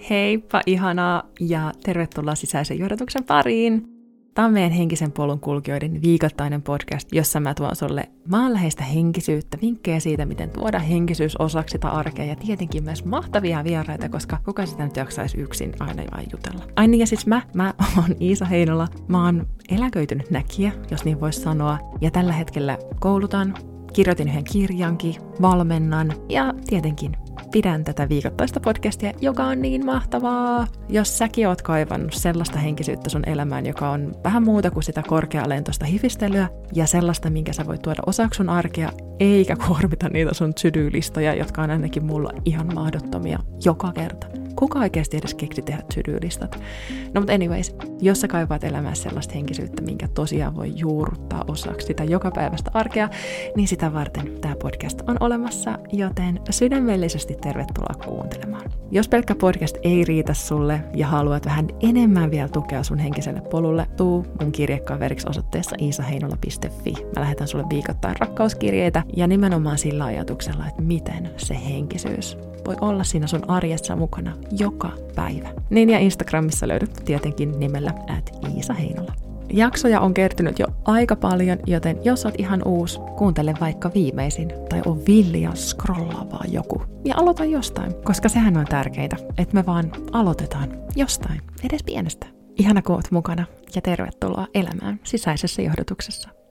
Heippa ihanaa ja tervetuloa sisäisen johdatuksen pariin. Tämä on meidän henkisen polun kulkijoiden viikoittainen podcast, jossa mä tuon sulle maanläheistä henkisyyttä, vinkkejä siitä, miten tuoda henkisyys osaksi sitä arkea ja tietenkin myös mahtavia vieraita, koska kuka sitä nyt jaksaisi yksin aina vain jutella. Ai ja siis mä oon Iisa Heinola, mä oon eläköitynyt näkijä, jos niin voisi sanoa, ja tällä hetkellä koulutan, kirjoitin yhden kirjankin, valmennan ja tietenkin pidän tätä viikoittaista podcastia, joka on niin mahtavaa. Jos säkin oot kaivannut sellaista henkisyyttä sun elämään, joka on vähän muuta kuin sitä korkealentoista hifistelyä ja sellaista, minkä sä voit tuoda osaksi sun arkea, eikä kuormita niitä sun to-do-listoja, jotka on ainakin mulla ihan mahdottomia joka kerta. Kuka oikeasti edes keksi tehdä to-do-listat? No mutta anyways, jos sä kaipaat elämään sellaista henkisyyttä, minkä tosiaan voi juurruttaa osaksi sitä jokapäiväistä arkea, niin sitä varten tämä podcast on olemassa, joten sydämellisesti tervetuloa kuuntelemaan. Jos pelkkä podcast ei riitä sulle ja haluat vähän enemmän vielä tukea sun henkiselle polulle, tuu mun kirjekaveriksi osoitteessa iisaheinola.fi. Mä lähetän sulle viikoittain rakkauskirjeitä ja nimenomaan sillä ajatuksella, että miten se henkisyys voi olla siinä sun arjessa mukana joka päivä. Niin ja Instagramissa löydät tietenkin nimellä @iisaheinola. Jaksoja on kertynyt jo aika paljon, joten jos oot ihan uusi, kuuntele vaikka viimeisin tai on villi ja scrollaa vaan joku. Ja aloita jostain, koska sehän on tärkeintä, että me vaan aloitetaan jostain, edes pienestä. Ihana kun oot mukana ja tervetuloa elämään sisäisessä johdotuksessa.